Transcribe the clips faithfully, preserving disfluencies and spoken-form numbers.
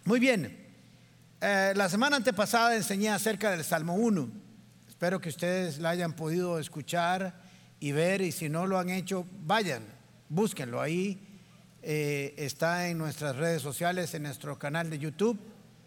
Muy bien, eh, la semana antepasada enseñé acerca del Salmo uno. Espero que ustedes la hayan podido escuchar y ver, y si no lo han hecho, vayan, búsquenlo ahí. Eh, está en nuestras redes sociales, en nuestro canal de YouTube.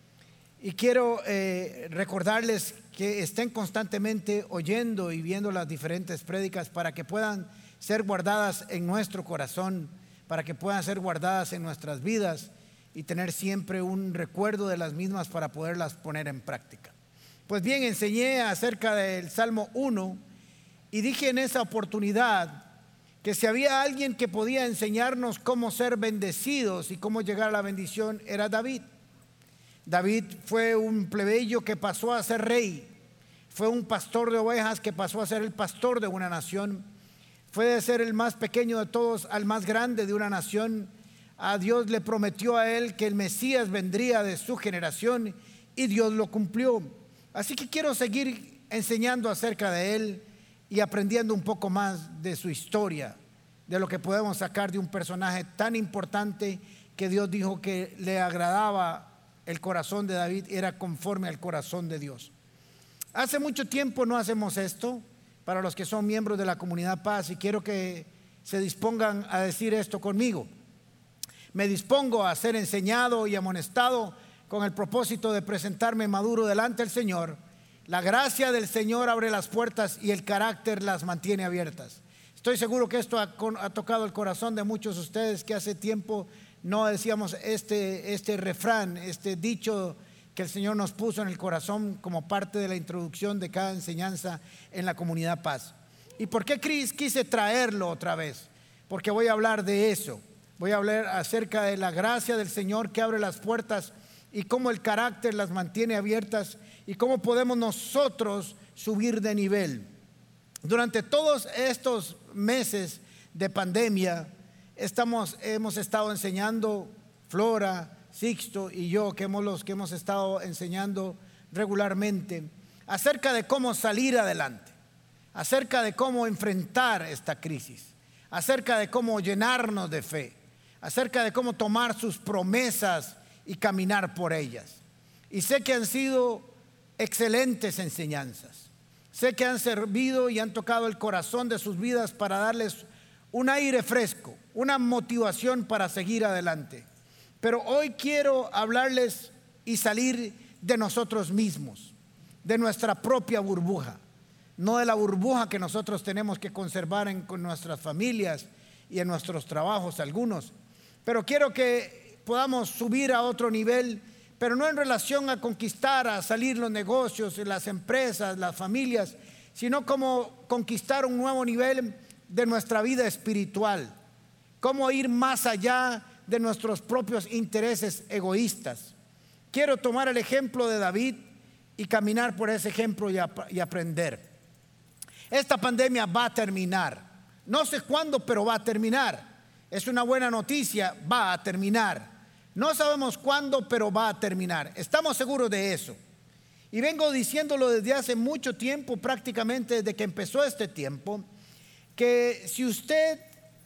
Y quiero eh, recordarles que estén constantemente oyendo y viendo las diferentes prédicas para que puedan ser guardadas en nuestro corazón, para que puedan ser guardadas en nuestras vidas y tener siempre un recuerdo de las mismas para poderlas poner en práctica. Pues bien, enseñé acerca del Salmo uno y dije en esa oportunidad que si había alguien que podía enseñarnos cómo ser bendecidos y cómo llegar a la bendición, era David. David fue un plebeyo que pasó a ser rey, fue un pastor de ovejas que pasó a ser el pastor de una nación, fue de ser el más pequeño de todos al más grande de una nación. A Dios le prometió a él que el Mesías vendría de su generación y Dios lo cumplió. Así que quiero seguir enseñando acerca de él y aprendiendo un poco más de su historia, de lo que podemos sacar de un personaje tan importante que Dios dijo que le agradaba. El corazón de David era conforme al corazón de Dios. Hace mucho tiempo no hacemos esto para los que son miembros de la comunidad Paz, y quiero que se dispongan a decir esto conmigo. Me dispongo a ser enseñado y amonestado con el propósito de presentarme maduro delante del Señor. La gracia del Señor abre las puertas y el carácter las mantiene abiertas. Estoy seguro que esto ha, ha tocado el corazón de muchos de ustedes que hace tiempo no decíamos este, este refrán, este dicho que el Señor nos puso en el corazón como parte de la introducción de cada enseñanza en la comunidad Paz. ¿Y por qué quise traerlo otra vez? Porque voy a hablar de eso. Voy a hablar acerca de la gracia del Señor que abre las puertas y cómo el carácter las mantiene abiertas y cómo podemos nosotros subir de nivel. Durante todos estos meses de pandemia estamos, hemos estado enseñando, Flora, Sixto y yo, que hemos los que hemos estado enseñando regularmente acerca de cómo salir adelante, acerca de cómo enfrentar esta crisis, acerca de cómo llenarnos de fe, acerca de cómo tomar sus promesas y caminar por ellas. Y sé que han sido excelentes enseñanzas. Sé que han servido y han tocado el corazón de sus vidas para darles un aire fresco, una motivación para seguir adelante. Pero hoy quiero hablarles y salir de nosotros mismos, de nuestra propia burbuja, no de la burbuja que nosotros tenemos que conservar en, con nuestras familias y en nuestros trabajos algunos. Pero quiero que podamos subir a otro nivel, pero no en relación a conquistar, a salir los negocios, las empresas, las familias, sino como conquistar un nuevo nivel de nuestra vida espiritual, cómo ir más allá de nuestros propios intereses egoístas. Quiero tomar el ejemplo de David y caminar por ese ejemplo y, ap- y aprender. Esta pandemia va a terminar, no sé cuándo, pero va a terminar. Es una buena noticia, va a terminar. No sabemos cuándo, pero va a terminar. Estamos seguros de eso. Y vengo diciéndolo desde hace mucho tiempo, prácticamente desde que empezó este tiempo, que si usted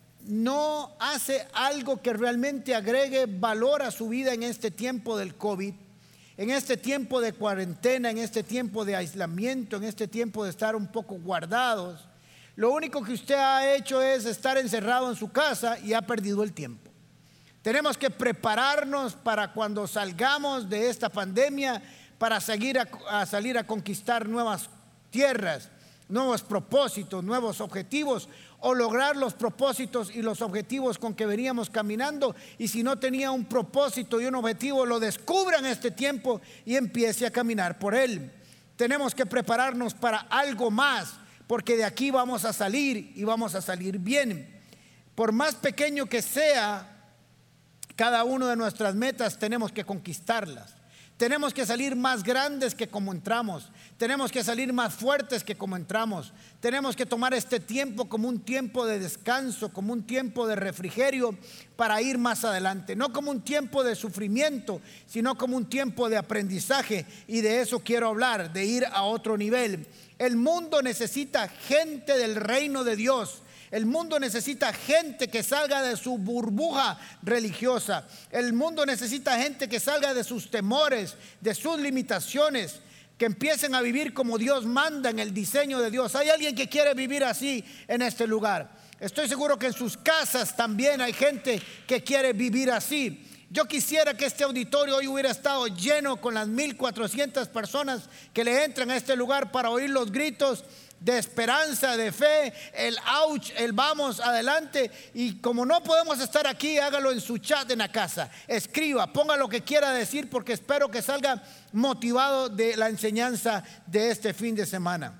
no hace algo que realmente agregue valor a su vida en este tiempo del COVID, en este tiempo de cuarentena, en este tiempo de aislamiento, en este tiempo de estar un poco guardados, lo único que usted ha hecho es estar encerrado en su casa y ha perdido el tiempo. Tenemos que prepararnos para cuando salgamos de esta pandemia, para seguir a, a salir a conquistar nuevas tierras, nuevos propósitos, nuevos objetivos, o lograr los propósitos y los objetivos con que veníamos caminando. Y si no tenía un propósito y un objetivo, lo descubra en este tiempo y empiece a caminar por él. Tenemos que prepararnos para algo más, porque de aquí vamos a salir y vamos a salir bien. Por más pequeño que sea cada una de nuestras metas, tenemos que conquistarlas. Tenemos que salir más grandes que como entramos. Tenemos que salir más fuertes que como entramos. Tenemos que tomar este tiempo como un tiempo de descanso, como un tiempo de refrigerio para ir más adelante. No como un tiempo de sufrimiento, sino como un tiempo de aprendizaje. Y de eso quiero hablar, de ir a otro nivel. El mundo necesita gente del reino de Dios. El mundo necesita gente que salga de su burbuja religiosa. El mundo necesita gente que salga de sus temores, de sus limitaciones, que empiecen a vivir como Dios manda en el diseño de Dios. ¿Hay alguien que quiere vivir así en este lugar? Estoy seguro que en sus casas también hay gente que quiere vivir así. Yo quisiera que este auditorio hoy hubiera estado lleno con las mil cuatrocientas personas que le entran a este lugar para oír los gritos de esperanza, de fe, el ouch, el vamos adelante. Y como no podemos estar aquí, hágalo en su chat en la casa. Escriba, ponga lo que quiera decir, porque espero que salga motivado de la enseñanza de este fin de semana.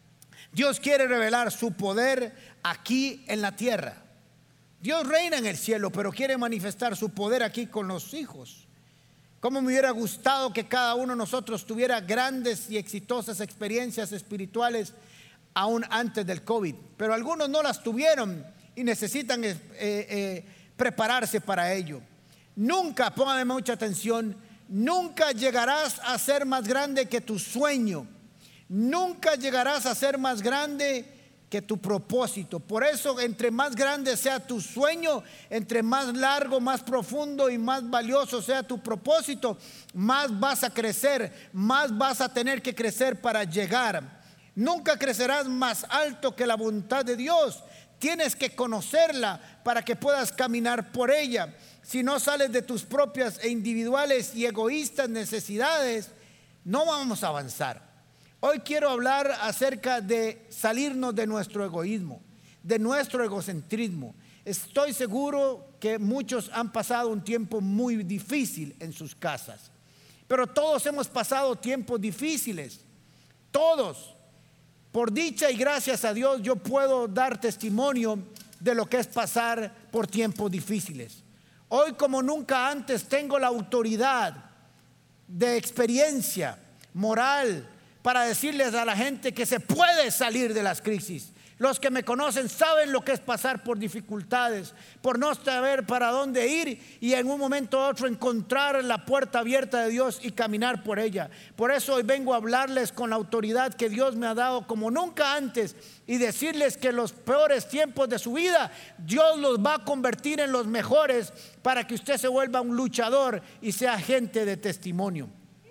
Dios quiere revelar su poder aquí en la tierra. Dios reina en el cielo, pero quiere manifestar su poder aquí con los hijos. Cómo me hubiera gustado que cada uno de nosotros tuviera grandes y exitosas experiencias espirituales aún antes del COVID, pero algunos no las tuvieron y necesitan eh, eh, prepararse para ello. Nunca, póngame mucha atención, nunca llegarás a ser más grande que tu sueño. Nunca llegarás a ser más grande que tu propósito. Por eso, entre más grande sea tu sueño, entre más largo, más profundo y más valioso sea tu propósito, más vas a crecer, más vas a tener que crecer para llegar. Nunca crecerás más alto que la voluntad de Dios. Tienes que conocerla para que puedas caminar por ella. Si no sales de tus propias e individuales y egoístas necesidades, no vamos a avanzar. Hoy quiero hablar acerca de salirnos de nuestro egoísmo, de nuestro egocentrismo. Estoy seguro que muchos han pasado un tiempo muy difícil en sus casas, pero todos hemos pasado tiempos difíciles, todos. Por dicha y gracias a Dios yo puedo dar testimonio de lo que es pasar por tiempos difíciles. Hoy como nunca antes tengo la autoridad de experiencia moral para decirles a la gente que se puede salir de las crisis. Los que me conocen saben lo que es pasar por dificultades, por no saber para dónde ir y en un momento u otro encontrar la puerta abierta de Dios y caminar por ella. Por eso hoy vengo a hablarles con la autoridad que Dios me ha dado como nunca antes y decirles que los peores tiempos de su vida Dios los va a convertir en los mejores para que usted se vuelva un luchador y sea gente de testimonio.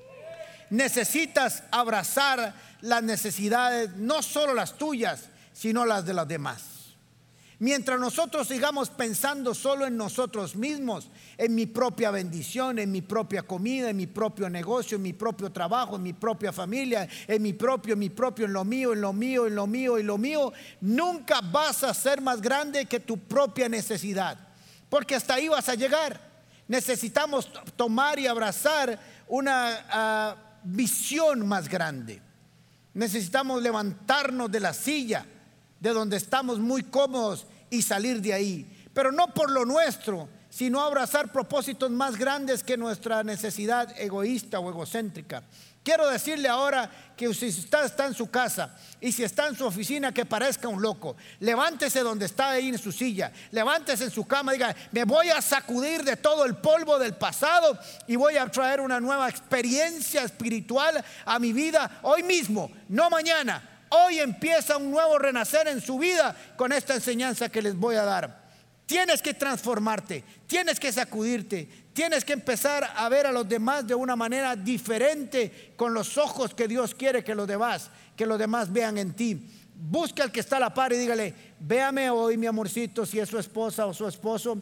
Necesitas abrazar las necesidades, no solo las tuyas, sino las de los demás. Mientras nosotros sigamos pensando solo en nosotros mismos, en mi propia bendición, en mi propia comida, en mi propio negocio, en mi propio trabajo, en mi propia familia, en mi propio, en mi propio, en lo mío, en lo mío, en lo mío, en lo mío, nunca vas a ser más grande que tu propia necesidad, porque hasta ahí vas a llegar. Necesitamos tomar y abrazar una uh, visión más grande. Necesitamos levantarnos de la silla de donde estamos muy cómodos y salir de ahí, pero no por lo nuestro, sino abrazar propósitos más grandes que nuestra necesidad egoísta o egocéntrica. Quiero decirle ahora que si usted está en su casa y si está en su oficina que parezca un loco, levántese donde está ahí en su silla, levántese en su cama, diga: me voy a sacudir de todo el polvo del pasado y voy a traer una nueva experiencia espiritual a mi vida hoy mismo, no mañana. Hoy empieza un nuevo renacer en su vida con esta enseñanza que les voy a dar. Tienes que transformarte, tienes que sacudirte, tienes que empezar a ver a los demás de una manera diferente, con los ojos que Dios quiere que los demás, que los demás vean en ti. Busca al que está a la par y dígale: véame hoy, mi amorcito, si es su esposa o su esposo.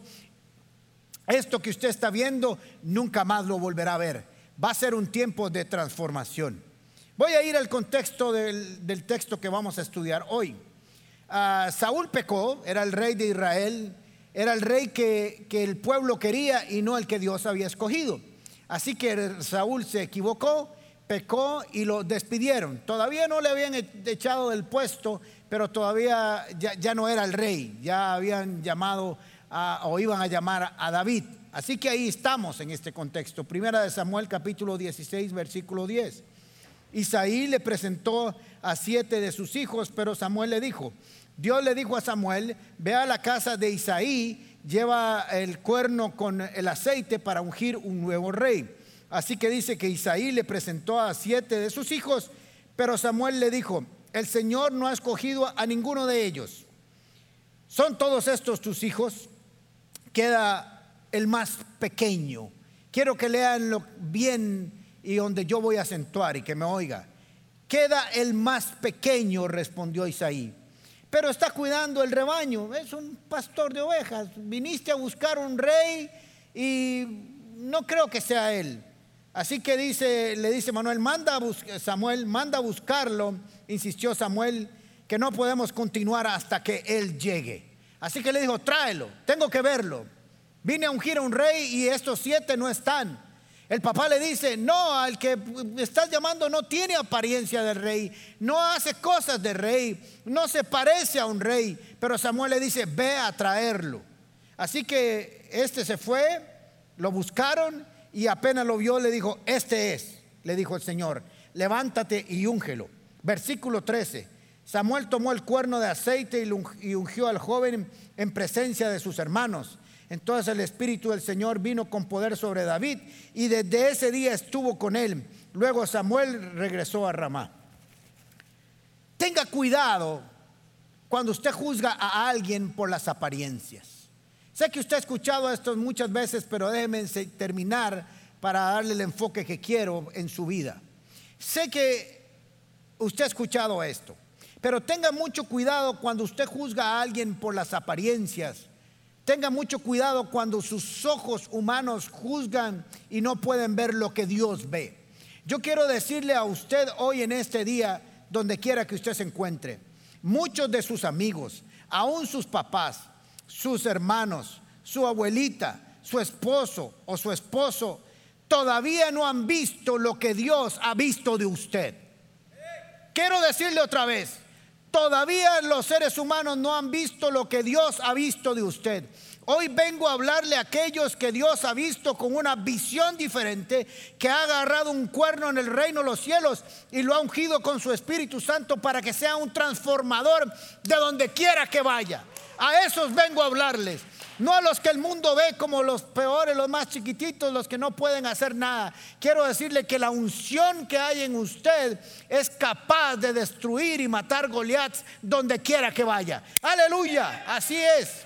Esto que usted está viendo nunca más lo volverá a ver. Va a ser un tiempo de transformación. Voy a ir al contexto del, del texto que vamos a estudiar hoy. Uh, Saúl pecó, era el rey de Israel, era el rey que, que el pueblo quería y no el que Dios había escogido. Así que Saúl se equivocó, pecó y lo despidieron. Todavía no le habían echado del puesto, pero todavía ya, ya no era el rey. Ya habían llamado a, o iban a llamar a David. Así que ahí estamos en este contexto. Primera de Samuel capítulo dieciséis versículo diez. Isaí le presentó a siete de sus hijos, pero Samuel le dijo, Dios le dijo a Samuel: ve a la casa de Isaí, lleva el cuerno con el aceite para ungir un nuevo rey. Así que dice que Isaí le presentó a siete de sus hijos, pero Samuel le dijo: el Señor no ha escogido a ninguno de ellos. ¿Son todos estos tus hijos? Queda el más pequeño. Quiero que lean lo bien y donde yo voy a acentuar y que me oiga. Queda el más pequeño, respondió Isaí, pero está cuidando el rebaño. Es un pastor de ovejas. Viniste a buscar un rey y no creo que sea él. Así que dice, le dice Manuel, manda a bus- Samuel, manda a buscarlo. Insistió Samuel, que no podemos continuar hasta que él llegue. Así que le dijo, tráelo, tengo que verlo. Vine a ungir a un rey y estos siete no están. El papá le dice, no, al que estás llamando no tiene apariencia de rey, no hace cosas de rey, no se parece a un rey. Pero Samuel le dice, ve a traerlo. Así que este se fue, lo buscaron y apenas lo vio le dijo, este es, le dijo el Señor, levántate y úngelo. Versículo trece, Samuel tomó el cuerno de aceite y ungió al joven en presencia de sus hermanos. Entonces el Espíritu del Señor vino con poder sobre David y desde ese día estuvo con él. Luego Samuel regresó a Ramá. Tenga cuidado cuando usted juzga a alguien por las apariencias. Sé que usted ha escuchado esto muchas veces, pero déjeme terminar para darle el enfoque que quiero en su vida. Sé que usted ha escuchado esto, pero tenga mucho cuidado cuando usted juzga a alguien por las apariencias. Tenga mucho cuidado cuando sus ojos humanos juzgan y no pueden ver lo que Dios ve. Yo quiero decirle a usted hoy en este día, donde quiera que usted se encuentre, muchos de sus amigos, aún sus papás, sus hermanos, su abuelita, su esposo o su esposo, todavía no han visto lo que Dios ha visto de usted. Quiero decirle otra vez, todavía los seres humanos no han visto lo que Dios ha visto de usted. Hoy vengo a hablarle a aquellos que Dios ha visto con una visión diferente, que ha agarrado un cuerno en el reino de los cielos y lo ha ungido con su Espíritu Santo para que sea un transformador de donde quiera que vaya. A esos vengo a hablarles. No a los que el mundo ve como los peores, los más chiquititos, los que no pueden hacer nada. Quiero decirle que la unción que hay en usted es capaz de destruir y matar Goliaths donde quiera que vaya. Aleluya, así es.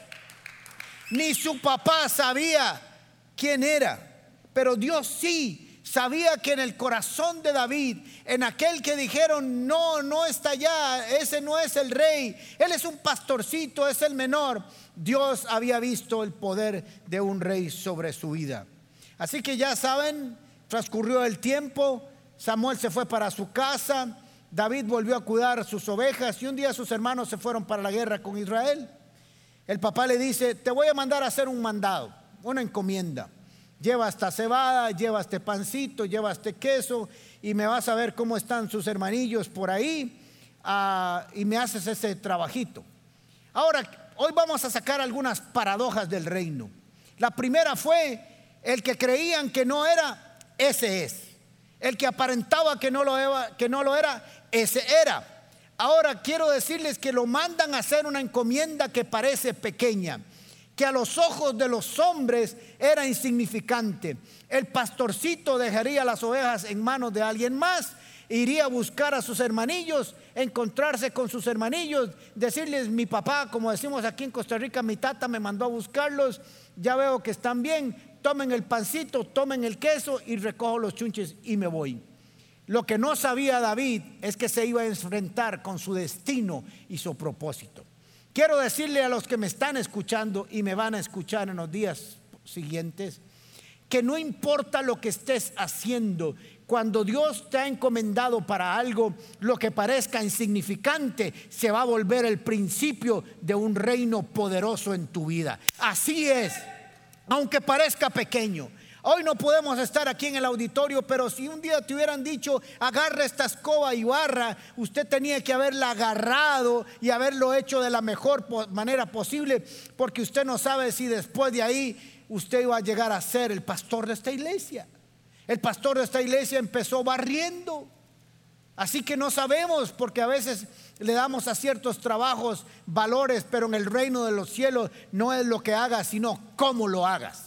Ni su papá sabía quién era, pero Dios sí sabía que en el corazón de David, en aquel que dijeron, no, no está allá, ese no es el rey, él es un pastorcito, es el menor. Dios había visto el poder de un rey sobre su vida. Así que ya saben, transcurrió el tiempo, Samuel se fue para su casa, David volvió a cuidar sus ovejas y un día sus hermanos se fueron para la guerra con Israel. El papá le dice, te voy a mandar a hacer un mandado, una encomienda. Lleva esta cebada, lleva este pancito, lleva este queso y me vas a ver cómo están sus hermanillos por ahí uh, y me haces ese trabajito. Ahora, hoy vamos a sacar algunas paradojas del reino. La primera fue el que creían que no era, ese es. El que aparentaba que no lo era, que no lo era, ese era. Ahora quiero decirles que lo mandan a hacer una encomienda que parece pequeña, que a los ojos de los hombres era insignificante. El pastorcito dejaría las ovejas en manos de alguien más, iría a buscar a sus hermanillos, encontrarse con sus hermanillos, decirles, mi papá, como decimos aquí en Costa Rica, mi tata me mandó a buscarlos, ya veo que están bien, tomen el pancito, tomen el queso y recojo los chunches y me voy. Lo que no sabía David es que se iba a enfrentar con su destino y su propósito. Quiero decirle a los que me están escuchando y me van a escuchar en los días siguientes, que no importa lo que estés haciendo, cuando Dios te ha encomendado para algo, lo que parezca insignificante se va a volver el principio de un reino poderoso en tu vida. Así es, aunque parezca pequeño. Hoy no podemos estar aquí en el auditorio, pero si un día te hubieran dicho, agarra esta escoba y barra, usted tenía que haberla agarrado y haberlo hecho de la mejor manera posible, porque usted no sabe si después de ahí usted iba a llegar a ser el pastor de esta iglesia. El pastor de esta iglesia empezó barriendo. Así que no sabemos, porque a veces le damos a ciertos trabajos valores, pero en el reino de los cielos no es lo que hagas, sino cómo lo hagas.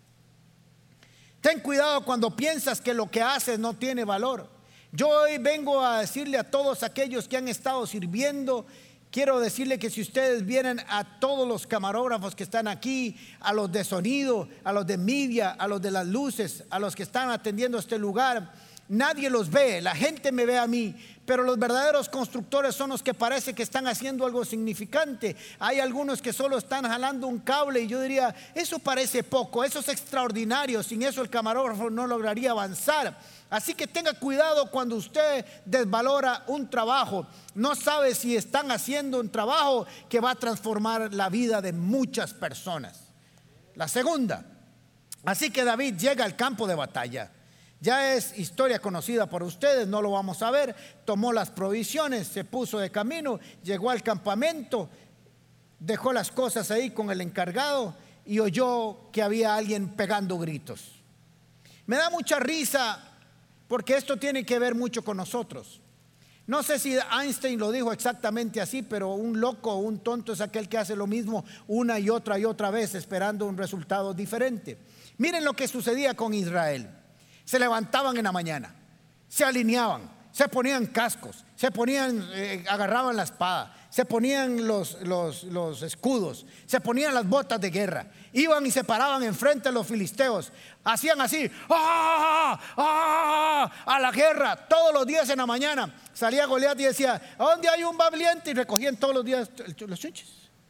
Ten cuidado cuando piensas que lo que haces no tiene valor. Yo hoy vengo a decirle a todos aquellos que han estado sirviendo quiero decirle que si ustedes vienen a todos los camarógrafos que están aquí, a los de sonido, a los de media, a los de las luces, a los que están atendiendo este lugar, nadie los ve, la gente me ve a mí, pero los verdaderos constructores son los que parece que están haciendo algo significante. Hay algunos que solo están jalando un cable y yo diría, eso parece poco, eso es extraordinario, sin eso el camarógrafo no lograría avanzar. Así que tenga cuidado cuando usted desvalora un trabajo. No sabe si están haciendo un trabajo que va a transformar la vida de muchas personas. La segunda, así que David llega al campo de batalla. Ya es historia conocida por ustedes, no lo vamos a ver. Tomó las provisiones, se puso de camino, llegó al campamento, dejó las cosas ahí con el encargado y oyó que había alguien pegando gritos. Me da mucha risa porque esto tiene que ver mucho con nosotros. No sé si Einstein lo dijo exactamente así, pero un loco o un tonto es aquel que hace lo mismo una y otra y otra vez esperando un resultado diferente. Miren lo que sucedía con Israel. Se levantaban en la mañana, se alineaban, se ponían cascos, se ponían, eh, agarraban la espada, se ponían los, los, los escudos, se ponían las botas de guerra, iban y se paraban enfrente de los filisteos, hacían así, ¡ah! ¡ah! A la guerra, todos los días en la mañana. Salía Goliat y decía, ¿a dónde hay un valiente? Y recogían todos los días los chunches.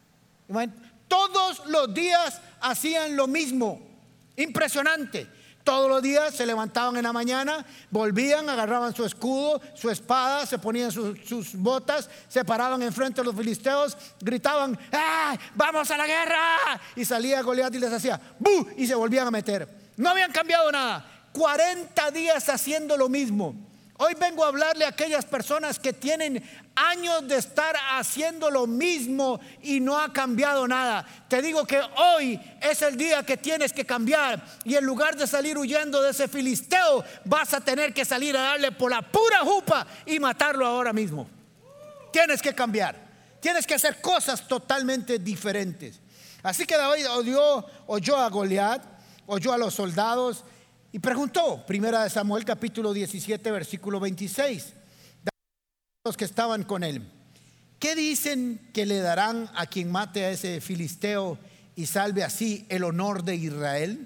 Todos los días hacían lo mismo, impresionante. Todos los días se levantaban en la mañana, volvían, agarraban su escudo, su espada, se ponían sus, sus botas, se paraban enfrente de los filisteos, gritaban, ¡ah! ¡Vamos a la guerra! Y salía Goliat y les hacía ¡bu! Y se volvían a meter. No habían cambiado nada. cuarenta días haciendo lo mismo. Hoy vengo a hablarle a aquellas personas que tienen años de estar haciendo lo mismo y no ha cambiado nada. Te digo que hoy es el día que tienes que cambiar, y en lugar de salir huyendo de ese filisteo, vas a tener que salir a darle por la pura jupa y matarlo ahora mismo. Tienes que cambiar, tienes que hacer cosas totalmente diferentes. Así que David oyó, oyó a Goliat, oyó a los soldados y preguntó, primera de Samuel capítulo diecisiete versículo veintiséis, los que estaban con él, ¿qué dicen que le darán a quien mate a ese filisteo y salve así el honor de Israel?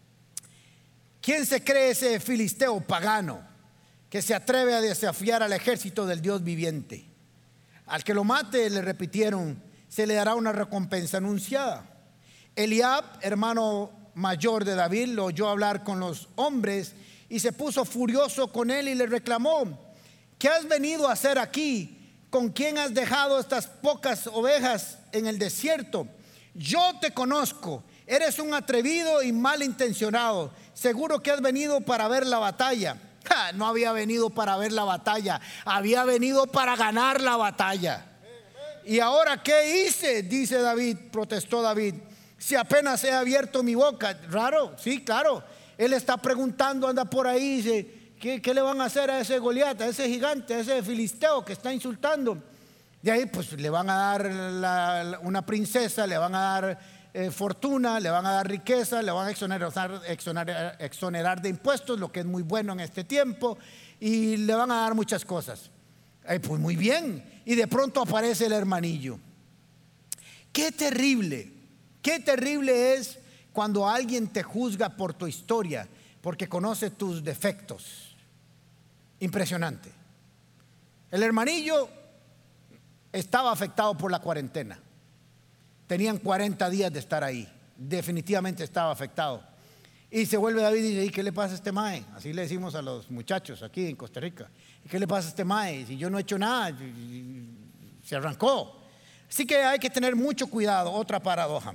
¿Quién se cree ese filisteo pagano que se atreve a desafiar al ejército del Dios viviente? Al que lo mate, le repitieron, se le dará una recompensa anunciada. Eliab, hermano mayor de David, lo oyó hablar con los hombres y se puso furioso con él y le reclamó, ¿qué has venido a hacer aquí? ¿Con quién has dejado estas pocas ovejas en el desierto? Yo te conozco, eres un atrevido y malintencionado. Seguro que has venido para ver la batalla. Ja, no había venido para ver la batalla, había venido para ganar la batalla. ¿Y ahora qué hice? Dice David, protestó David. Si apenas he abierto mi boca. Raro, sí, claro. Él está preguntando, anda por ahí, dice, ¿qué, qué le van a hacer a ese Goliat, a ese gigante, a ese filisteo que está insultando? De ahí pues le van a dar la, la, una princesa, le van a dar eh, fortuna, le van a dar riqueza, le van a exonerar, exonerar, exonerar de impuestos, lo que es muy bueno en este tiempo, y le van a dar muchas cosas. Eh, pues muy bien. Y de pronto aparece el hermanillo. Qué terrible, qué terrible es cuando alguien te juzga por tu historia, porque conoce tus defectos. Impresionante. El hermanillo estaba afectado por la cuarentena. Tenían cuarenta días de estar ahí. Definitivamente estaba afectado. Y se vuelve David y dice, ¿y qué le pasa a este mae? Así le decimos a los muchachos aquí en Costa Rica. ¿Y qué le pasa a este mae? Si yo no he hecho nada, se arrancó. Así que hay que tener mucho cuidado. Otra paradoja.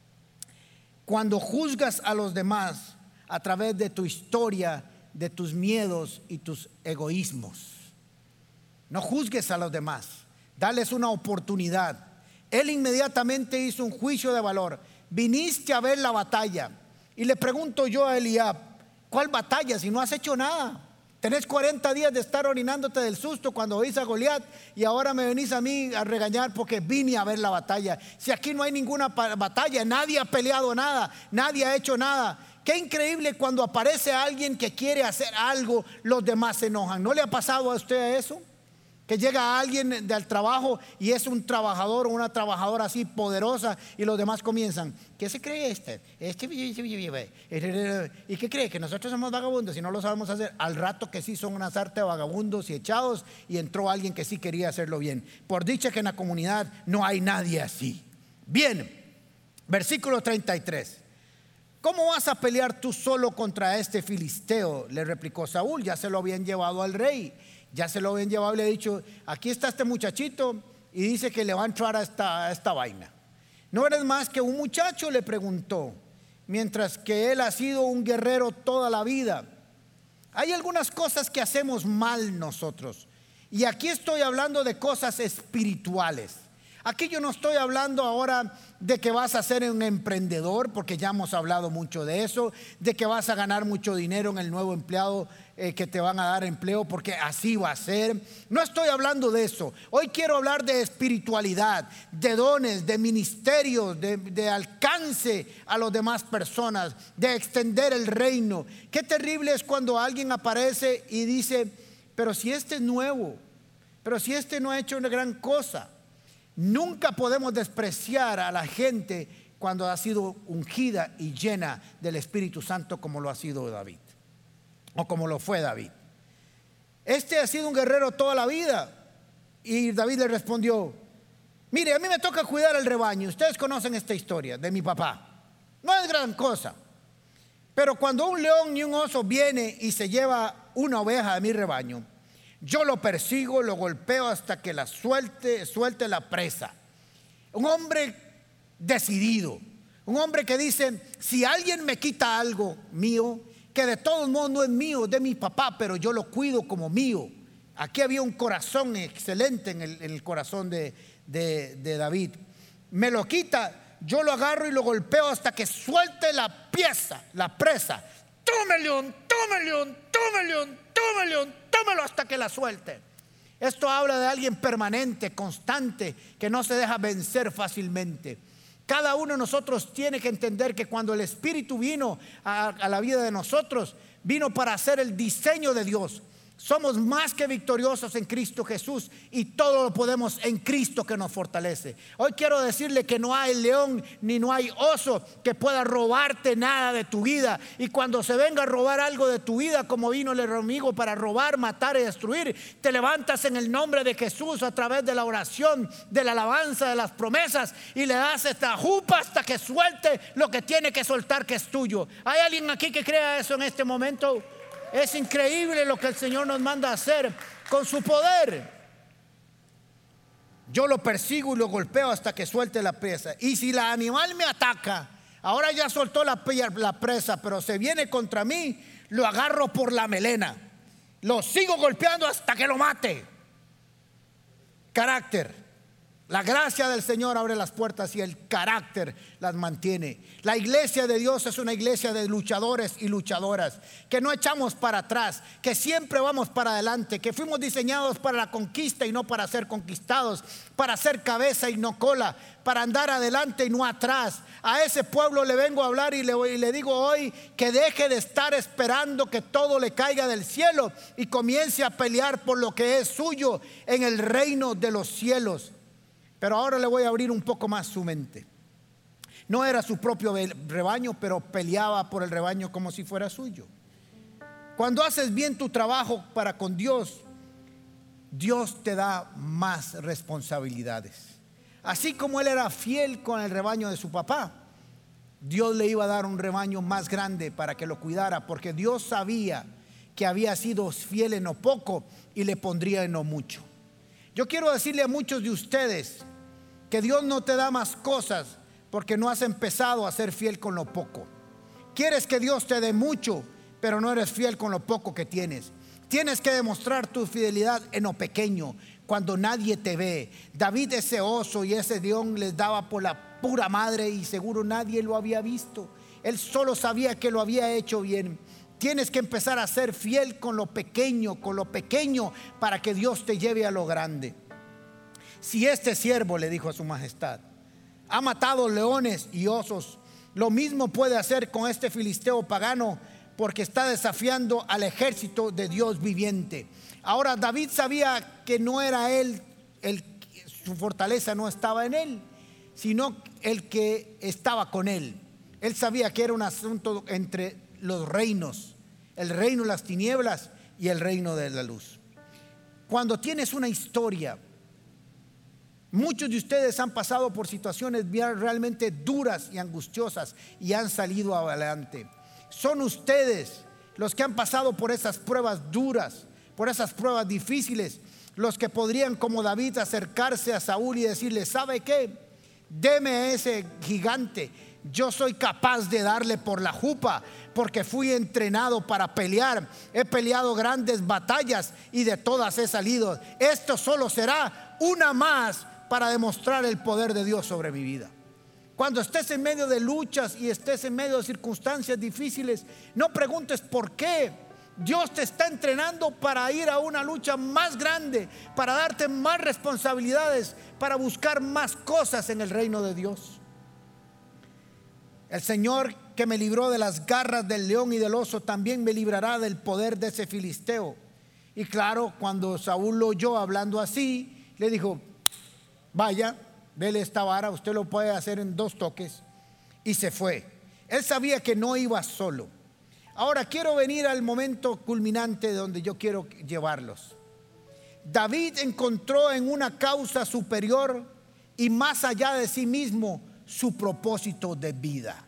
Cuando juzgas a los demás a través de tu historia, de tus miedos y tus egoísmos, no juzgues a los demás, dales una oportunidad. Él inmediatamente hizo un juicio de valor. Viniste a ver la batalla. Y le pregunto yo a Eliab, ¿cuál batalla si no has hecho nada? Tenés cuarenta días de estar orinándote del susto cuando oís a Goliat, y ahora me venís a mí a regañar porque vine a ver la batalla. Si aquí no hay ninguna batalla, nadie ha peleado nada, nadie ha hecho nada. Qué increíble cuando aparece alguien que quiere hacer algo, los demás se enojan. ¿No le ha pasado a usted eso? que llega alguien del trabajo y es un trabajador o una trabajadora así poderosa, y los demás comienzan: ¿qué se cree este? Este ¿y qué cree? Que nosotros somos vagabundos y no lo sabemos hacer. Al rato que sí son una sarta de vagabundos y echados, y entró alguien que sí quería hacerlo bien. Por dicha que en la comunidad no hay nadie así. Bien, versículo treinta y tres. ¿Cómo vas a pelear tú solo contra este filisteo?, le replicó Saúl. Ya se lo habían llevado al rey, ya se lo habían llevado y le ha dicho: aquí está este muchachito y dice que le va a entrar a esta, a esta vaina. ¿No eres más que un muchacho?, le preguntó, mientras que él ha sido un guerrero toda la vida. Hay algunas cosas que hacemos mal nosotros, y aquí estoy hablando de cosas espirituales. Aquí yo no estoy hablando ahora de que vas a ser un emprendedor, porque ya hemos hablado mucho de eso, de que vas a ganar mucho dinero en el nuevo empleado, eh, que te van a dar empleo, porque así va a ser. No estoy hablando de eso. Hoy quiero hablar de espiritualidad, de dones, de ministerios, de, de alcance a las demás personas, de extender el reino. Qué terrible es cuando alguien aparece y dice: pero si este es nuevo, pero si este no ha hecho una gran cosa. Nunca podemos despreciar a la gente cuando ha sido ungida y llena del Espíritu Santo, como lo ha sido David, o como lo fue David. Este ha sido un guerrero toda la vida. Y David le respondió: mire, a mí me toca cuidar el rebaño. Ustedes conocen esta historia de mi papá. No es gran cosa, pero cuando un león y un oso viene y se lleva una oveja de mi rebaño, yo lo persigo, lo golpeo hasta que la suelte, suelte la presa. Un hombre decidido, un hombre que dice: si alguien me quita algo mío, que de todos modos no es mío, es de mi papá, pero yo lo cuido como mío. Aquí había un corazón excelente en el, en el corazón de, de, de David. Me lo quita, yo lo agarro y lo golpeo hasta que suelte la pieza, la presa. Tome, león, tome, león, tome, león, tome, león, tómelo hasta que la suelte. Esto habla de alguien permanente, constante, que no se deja vencer fácilmente. Cada uno de nosotros tiene que entender que cuando el Espíritu vino a, a la vida de nosotros, vino para hacer el diseño de Dios. Somos más que victoriosos en Cristo Jesús, y todo lo podemos en Cristo que nos fortalece. Hoy quiero decirle que no hay león ni no hay oso que pueda robarte nada de tu vida. Y cuando se venga a robar algo de tu vida, como vino el enemigo para robar, matar y destruir, te levantas en el nombre de Jesús a través de la oración, de la alabanza, de las promesas, y le das esta jupa hasta que suelte lo que tiene que soltar, que es tuyo. ¿Hay alguien aquí que crea eso en este momento? Es increíble lo que el Señor nos manda a hacer con su poder. Yo lo persigo y lo golpeo hasta que suelte la presa. Y si la animal me ataca, ahora ya soltó la, la presa, pero se viene contra mí, lo agarro por la melena, lo sigo golpeando hasta que lo mate. Carácter. La gracia del Señor abre las puertas y el carácter las mantiene. La iglesia de Dios es una iglesia de luchadores y luchadoras, que no echamos para atrás, que siempre vamos para adelante, que fuimos diseñados para la conquista y no para ser conquistados, para ser cabeza y no cola, para andar adelante y no atrás. A ese pueblo le vengo a hablar y le, y le digo hoy que deje de estar esperando que todo le caiga del cielo y comience a pelear por lo que es suyo en el reino de los cielos. Pero ahora le voy a abrir un poco más su mente. No era su propio rebaño, pero peleaba por el rebaño como si fuera suyo. Cuando haces bien tu trabajo para con Dios, Dios te da más responsabilidades. Así como él era fiel con el rebaño de su papá, Dios le iba a dar un rebaño más grande para que lo cuidara, porque Dios sabía que había sido fiel en lo poco y le pondría en lo mucho. Yo quiero decirle a muchos de ustedes que Dios no te da más cosas porque no has empezado a ser fiel con lo poco. Quieres que Dios te dé mucho, pero no eres fiel con lo poco que tienes. Tienes que demostrar tu fidelidad en lo pequeño, cuando nadie te ve. David, ese oso y ese león, les daba por la pura madre y seguro nadie lo había visto. Él solo sabía que lo había hecho bien. Tienes que empezar a ser fiel con lo pequeño, con lo pequeño, para que Dios te lleve a lo grande. Si este siervo, le dijo a su majestad, ha matado leones y osos, lo mismo puede hacer con este filisteo pagano, porque está desafiando al ejército de Dios viviente. Ahora David sabía que no era él, el, su fortaleza no estaba en él, sino el que estaba con él. Él sabía que era un asunto entre los reinos, el reino de las tinieblas y el reino de la luz. Cuando tienes una historia, muchos de ustedes han pasado por situaciones realmente duras y angustiosas y han salido adelante. Son ustedes los que han pasado por esas pruebas duras, por esas pruebas difíciles, los que podrían, como David, acercarse a Saúl y decirle: ¿sabe qué? Deme ese gigante, yo soy capaz de darle por la jupa, porque fui entrenado para pelear, he peleado grandes batallas y de todas he salido. Esto solo será una más para demostrar el poder de Dios sobre mi vida. Cuando estés en medio de luchas y estés en medio de circunstancias difíciles, no preguntes por qué. Dios te está entrenando para ir a una lucha más grande, para darte más responsabilidades, para buscar más cosas en el reino de Dios. El Señor que me libró de las garras del león y del oso también me librará del poder de ese filisteo. Y claro, cuando Saúl lo oyó hablando así, le dijo: vaya, dele esta vara, usted lo puede hacer en dos toques. Y se fue. Él sabía que no iba solo. Ahora quiero venir al momento culminante donde yo quiero llevarlos. David encontró en una causa superior y más allá de sí mismo su propósito de vida.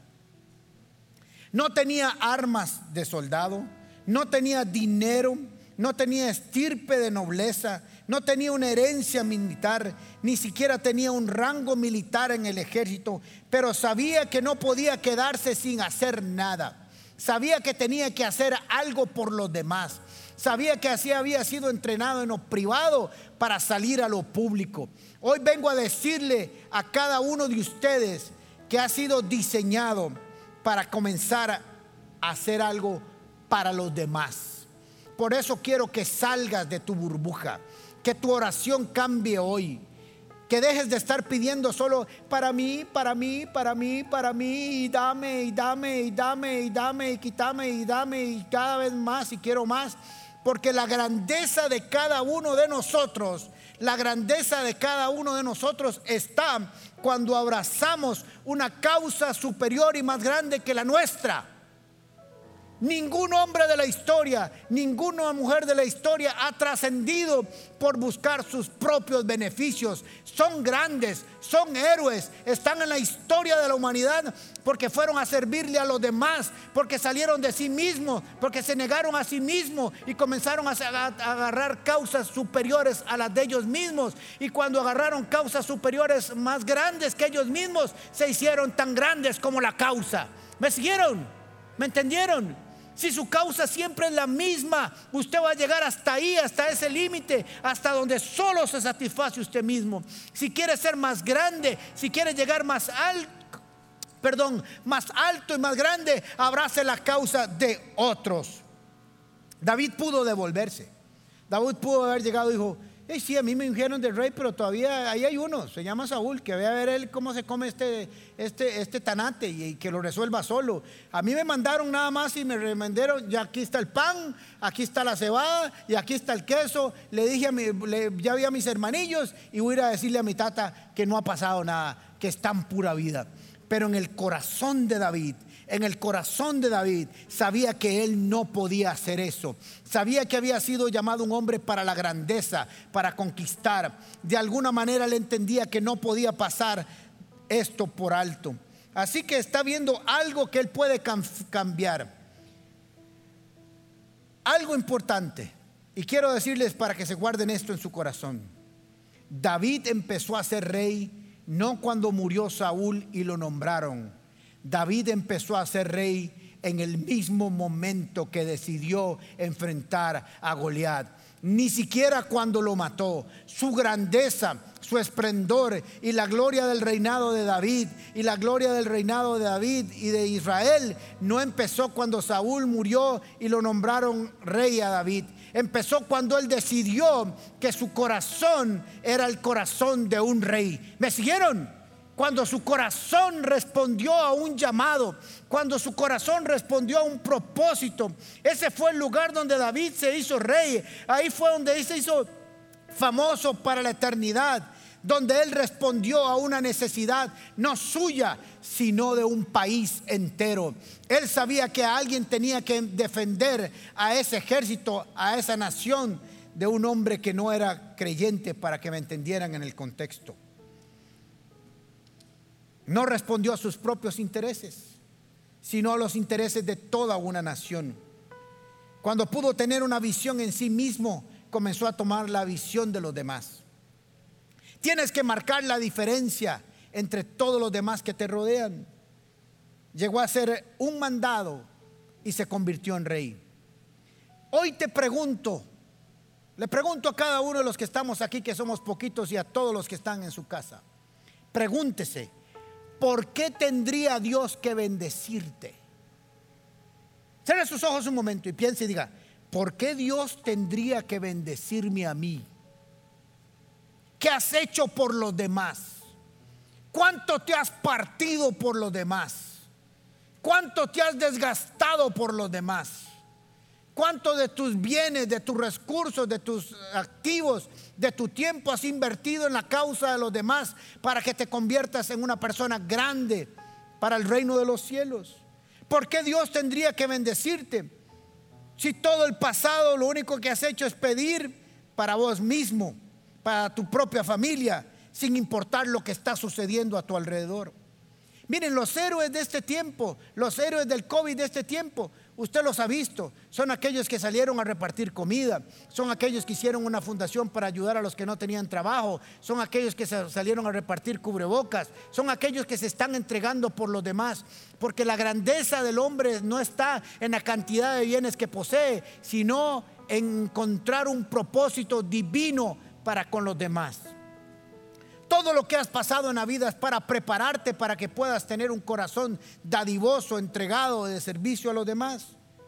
No tenía armas de soldado, no tenía dinero, no tenía estirpe de nobleza, no tenía una herencia militar, ni siquiera tenía un rango militar en el ejército, pero sabía que no podía quedarse sin hacer nada. Sabía que tenía que hacer algo por los demás. Sabía que así había sido entrenado en lo privado para salir a lo público. Hoy vengo a decirle a cada uno de ustedes que ha sido diseñado para comenzar a hacer algo para los demás. Por eso quiero que salgas de tu burbuja, que tu oración cambie hoy, que dejes de estar pidiendo solo para mí, para mí, para mí, para mí, y dame, y dame, y dame, y dame, y quítame, y dame, y cada vez más, y quiero más. Porque la grandeza de cada uno de nosotros, la grandeza de cada uno de nosotros está cuando abrazamos una causa superior y más grande que la nuestra. Ningún hombre de la historia, ninguna mujer de la historia ha trascendido por buscar sus propios beneficios. Son grandes, son héroes, están en la historia de la humanidad porque fueron a servirle a los demás, porque salieron de sí mismos, porque se negaron a sí mismos y comenzaron a agarrar causas superiores a las de ellos mismos. Y cuando agarraron causas superiores más grandes que ellos mismos, se hicieron tan grandes como la causa. ¿Me siguieron? ¿Me entendieron? Si su causa siempre es la misma, usted va a llegar hasta ahí, hasta ese límite, hasta donde solo se satisface usted mismo. Si quiere ser más grande, si quiere llegar más alto, perdón, más alto y más grande, abrace la causa de otros. David pudo devolverse. David pudo haber llegado y dijo: hey, sí, a mí me ungieron de rey, pero todavía ahí hay uno, se llama Saúl, que vaya a ver él cómo se come este, este, este tanate y, y que lo resuelva solo. A mí me mandaron nada más y me remendaron: ya aquí está el pan, aquí está la cebada y aquí está el queso. Le dije a mi, le, ya vi a mis hermanillos y voy a ir a decirle a mi tata que no ha pasado nada, que está en pura vida. Pero en el corazón de David, en el corazón de David, sabía que él no podía hacer eso. Sabía que había sido llamado un hombre para la grandeza, para conquistar. De alguna manera él entendía que no podía pasar esto por alto. Así que está viendo algo que él puede cambiar. Algo importante. Y quiero decirles para que se guarden esto en su corazón. David empezó a ser rey no cuando murió Saúl y lo nombraron. David empezó a ser rey en el mismo momento que decidió enfrentar a Goliat. Ni siquiera cuando lo mató. Su grandeza, su esplendor y la gloria del reinado de David y la gloria del reinado de David y de Israel no empezó cuando Saúl murió y lo nombraron rey a David. Empezó cuando él decidió que su corazón era el corazón de un rey. ¿Me siguieron? cuando su corazón respondió a un llamado, cuando su corazón respondió a un propósito, ese fue el lugar donde David se hizo rey. Ahí fue donde se hizo famoso para la eternidad, donde él respondió a una necesidad no suya, sino de un país entero. Él sabía que alguien tenía que defender a ese ejército, a esa nación, de un hombre que no era creyente, para que me entendieran en el contexto. No respondió a sus propios intereses, sino a los intereses de toda una nación. Cuando pudo tener una visión en sí mismo, comenzó a tomar la visión de los demás. Tienes que marcar la diferencia entre todos los demás que te rodean. Llegó a ser un mandado y se convirtió en rey. Hoy te pregunto, le pregunto a cada uno de los que estamos aquí, que somos poquitos, y a todos los que están en su casa, pregúntese, ¿por qué tendría Dios que bendecirte? Cierre sus ojos un momento y piense y diga, ¿por qué Dios tendría que bendecirme a mí? ¿Qué has hecho por los demás? ¿Cuánto te has partido por los demás? ¿Cuánto te has desgastado por los demás? ¿Cuánto de tus bienes, de tus recursos, de tus activos, de tu tiempo has invertido en la causa de los demás para que te conviertas en una persona grande para el reino de los cielos? ¿Por qué Dios tendría que bendecirte si todo el pasado lo único que has hecho es pedir para vos mismo, para tu propia familia, sin importar lo que está sucediendo a tu alrededor? Miren, los héroes de este tiempo, los héroes del COVID de este tiempo, usted los ha visto, son aquellos que salieron a repartir comida, son aquellos que hicieron una fundación para ayudar a los que no tenían trabajo, son aquellos que salieron a repartir cubrebocas, son aquellos que se están entregando por los demás, porque la grandeza del hombre no está en la cantidad de bienes que posee, sino en encontrar un propósito divino para con los demás. Todo lo que has pasado en la vida es para prepararte para que puedas tener un corazón dadivoso, entregado de servicio a los demás,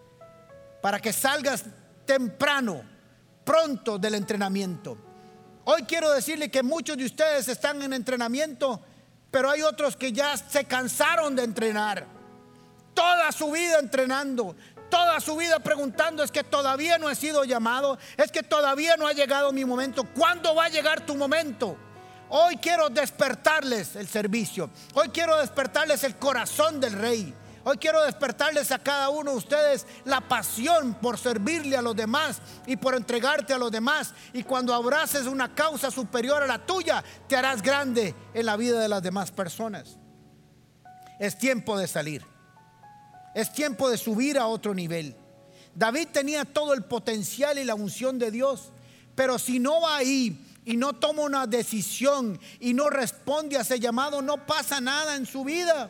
para que salgas temprano, pronto del entrenamiento. Hoy quiero decirle que muchos de ustedes están en entrenamiento, pero hay otros que ya se cansaron de entrenar. Toda su vida entrenando, toda su vida preguntando, es que todavía no he sido llamado, es que todavía no ha llegado mi momento. ¿Cuándo va a llegar tu momento? Hoy quiero despertarles el servicio. Hoy quiero despertarles el corazón del rey. Hoy quiero despertarles a cada uno de ustedes la pasión por servirle a los demás y por entregarte a los demás. Y cuando abraces una causa superior a la tuya, te harás grande en la vida de las demás personas. Es tiempo de salir. Es tiempo de subir a otro nivel. David tenía todo el potencial y la unción de Dios, pero si no va ahí y no toma una decisión y no responde a ese llamado, no pasa nada en su vida.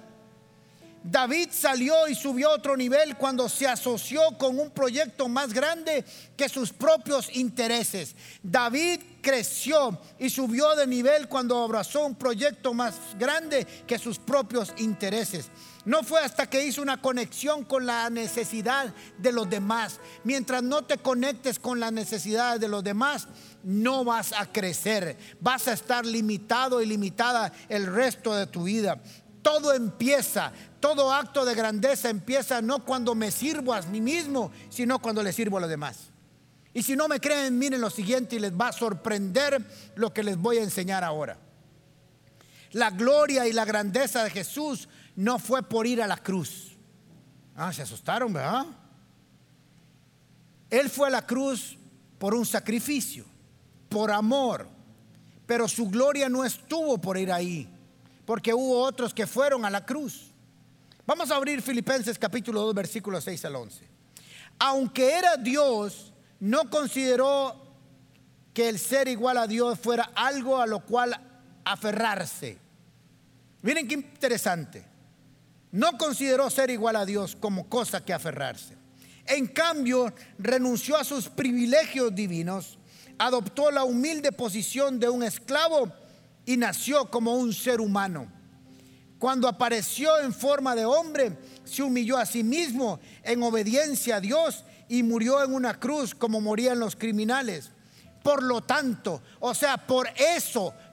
David salió y subió a otro nivel cuando se asoció con un proyecto más grande que sus propios intereses. David creció y subió de nivel cuando abrazó un proyecto más grande que sus propios intereses. No fue hasta que hizo una conexión con la necesidad de los demás. Mientras no te conectes con las necesidades de los demás, no vas a crecer. Vas a estar limitado y limitada el resto de tu vida. Todo empieza, todo acto de grandeza empieza no cuando me sirvo a mí mismo, sino cuando le sirvo a los demás. Y si no me creen, miren lo siguiente y les va a sorprender lo que les voy a enseñar ahora. La gloria y la grandeza de Jesús no fue por ir a la cruz. Ah, se asustaron, ¿verdad? Él fue a la cruz por un sacrificio, por amor, pero su gloria no estuvo por ir ahí, porque hubo otros que fueron a la cruz. Vamos a abrir Filipenses capítulo dos, versículos seis al once. Aunque era Dios, no consideró que el ser igual a Dios fuera algo a lo cual aferrarse. Miren qué interesante. No consideró ser igual a Dios como cosa que aferrarse. En cambio, renunció a sus privilegios divinos, adoptó la humilde posición de un esclavo y nació como un ser humano. Cuando apareció en forma de hombre, se humilló a sí mismo en obediencia a Dios y murió en una cruz como morían los criminales. Por lo tanto, o sea, por eso,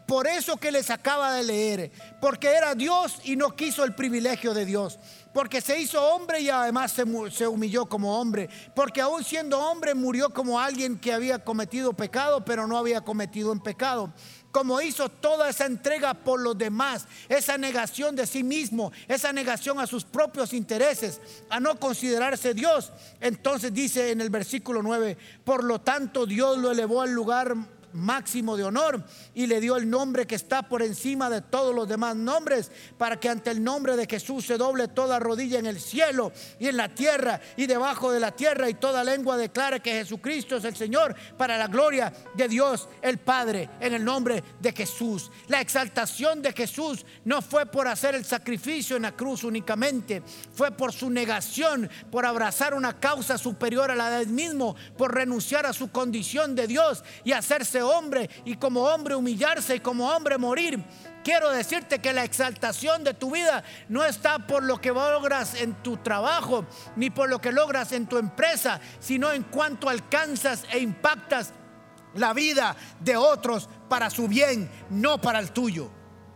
por eso que les acaba de leer, porque era Dios y no quiso el privilegio de Dios, porque se hizo hombre y además se, se humilló como hombre, porque aún siendo hombre murió como alguien que había cometido pecado, pero no había cometido en pecado. Como hizo toda esa entrega por los demás, esa negación de sí mismo, esa negación a sus propios intereses, a no considerarse Dios. Entonces dice en el versículo nueve: por lo tanto Dios lo elevó al lugar máximo de honor y le dio el nombre que está por encima de todos los demás nombres, para que ante el nombre de Jesús se doble toda rodilla en el cielo y en la tierra y debajo de la tierra, y toda lengua declare que Jesucristo es el Señor, para la gloria de Dios el Padre. En el nombre de Jesús. La exaltación de Jesús no fue por hacer el sacrificio en la cruz únicamente, fue por su negación, por abrazar una causa superior a la de él mismo, por renunciar a su condición de Dios y hacerse hombre, y como hombre humillarse y como hombre morir. Quiero decirte que la exaltación de tu vida no está por lo que logras en tu trabajo, ni por lo que logras en tu empresa, sino en cuanto alcanzas e impactas la vida de otros para su bien, no para el tuyo.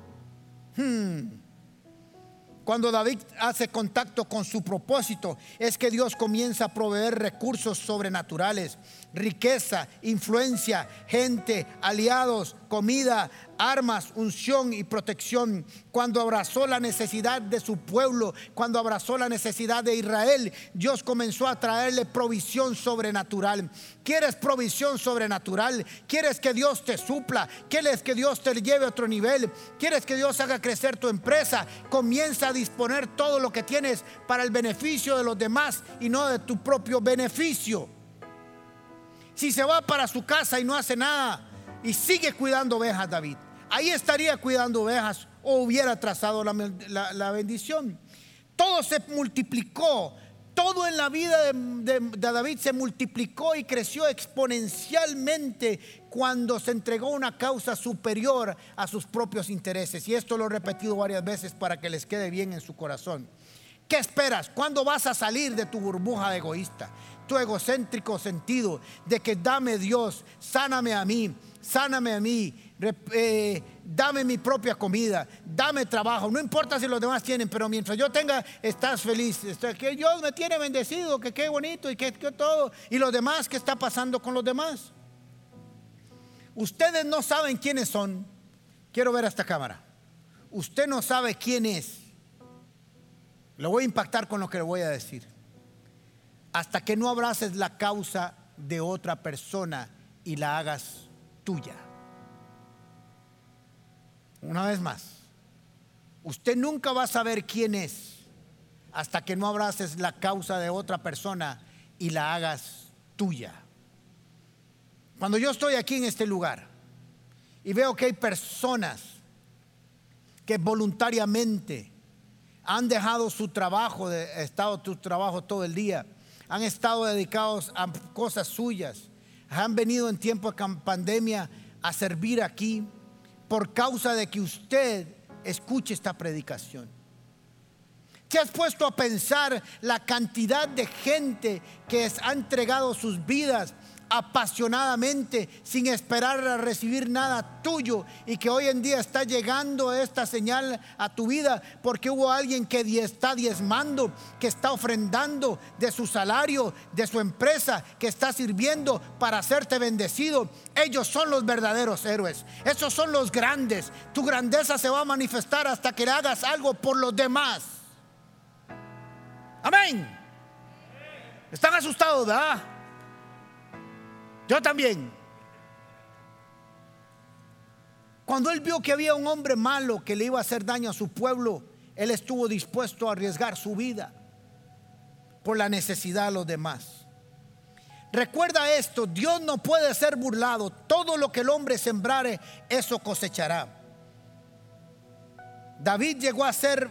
Hmm. Cuando David hace contacto con su propósito, es que Dios comienza a proveer recursos sobrenaturales, riqueza, influencia, gente, aliados, comida, armas, unción y protección. Cuando abrazó la necesidad de su pueblo, cuando abrazó la necesidad de Israel, Dios comenzó a traerle provisión sobrenatural. ¿Quieres provisión sobrenatural? ¿Quieres que Dios te supla? ¿Quieres que Dios te lleve a otro nivel? ¿Quieres que Dios haga crecer tu empresa? Comienza a disponer todo lo que tienes para el beneficio de los demás y no de tu propio beneficio. Si se va para su casa y no hace nada y sigue cuidando ovejas, David, ahí estaría cuidando ovejas o hubiera trazado la, la, la bendición. Todo se multiplicó. Todo en la vida de, de, de David se multiplicó y creció exponencialmente cuando se entregó una causa superior a sus propios intereses. Y esto lo he repetido varias veces para que les quede bien en su corazón. ¿Qué esperas? ¿Cuándo vas a salir de tu burbuja egoísta? Tu egocéntrico sentido de que dame Dios, sáname a mí, sáname a mí, eh, dame mi propia comida, dame trabajo. No importa si los demás tienen, pero mientras yo tenga, estás feliz. Que Dios me tiene bendecido, que qué bonito y que, que todo. Y los demás, ¿qué está pasando con los demás? Ustedes no saben quiénes son. Quiero ver a esta cámara. Usted no sabe quién es. Lo voy a impactar con lo que le voy a decir. Hasta que no abraces la causa de otra persona y la hagas tuya. Una vez más, usted nunca va a saber quién es hasta que no abraces la causa de otra persona y la hagas tuya. Cuando yo estoy aquí en este lugar y veo que hay personas que voluntariamente han dejado su trabajo, de, estado tu trabajo todo el día, han estado dedicados a cosas suyas, han venido en tiempo de pandemia a servir aquí por causa de que usted escuche esta predicación. ¿Te has puesto a pensar la cantidad de gente que ha entregado sus vidas apasionadamente sin esperar a recibir nada tuyo, y que hoy en día está llegando esta señal a tu vida porque hubo alguien que está diezmando, que está ofrendando de su salario, de su empresa, que está sirviendo para hacerte bendecido? Ellos son los verdaderos héroes, esos son los grandes. Tu grandeza se va a manifestar hasta que le hagas algo por los demás. Amén. ¿Están asustados, verdad? Yo también. Cuando él vio que había un hombre malo que le iba a hacer daño a su pueblo, él estuvo dispuesto a arriesgar su vida por la necesidad de los demás. Recuerda esto: Dios no puede ser burlado. Todo lo que el hombre sembrare, eso cosechará. David llegó a ser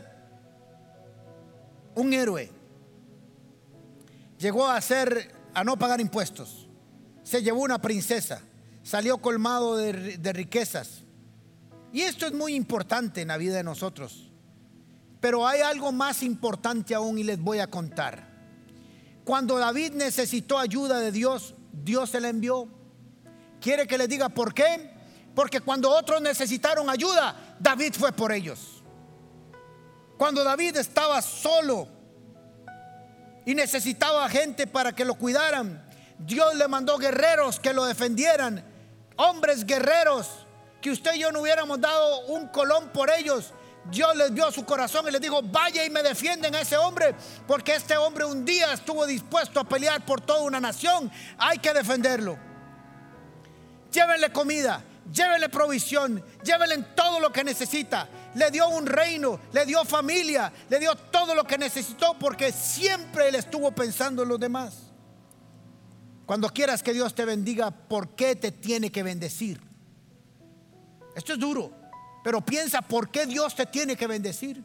un héroe. Llegó a ser, a no pagar impuestos. Se llevó una princesa, salió colmado de, de riquezas. Y esto es muy importante en la vida de nosotros. Pero hay algo más importante aún, y les voy a contar. Cuando David necesitó ayuda de Dios, Dios se la envió. ¿Quiere que les diga por qué? porque cuando otros necesitaron ayuda, David fue por ellos. Cuando David estaba solo y necesitaba gente para que lo cuidaran, Dios le mandó guerreros que lo defendieran, hombres guerreros que usted y yo no hubiéramos dado un colón por ellos. Dios les dio su corazón y les dijo: vaya y me defienden a ese hombre, porque este hombre un día estuvo dispuesto a pelear por toda una nación. Hay que defenderlo. Llévenle comida, llévenle provisión, llévenle todo lo que necesita. Le dio un reino, le dio familia, le dio todo lo que necesitó, porque siempre él estuvo pensando en los demás. Cuando quieras que Dios te bendiga, ¿por qué te tiene que bendecir? Esto es duro, pero piensa por qué Dios te tiene que bendecir.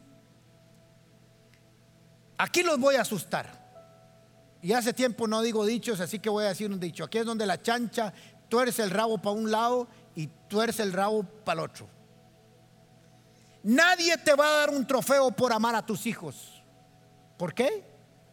Aquí los voy a asustar. Y hace tiempo no digo dichos, así que voy a decir un dicho. Aquí es donde la chancha tuerce el rabo para un lado y tuerce el rabo para el otro. Nadie te va a dar un trofeo por amar a tus hijos. ¿Por qué?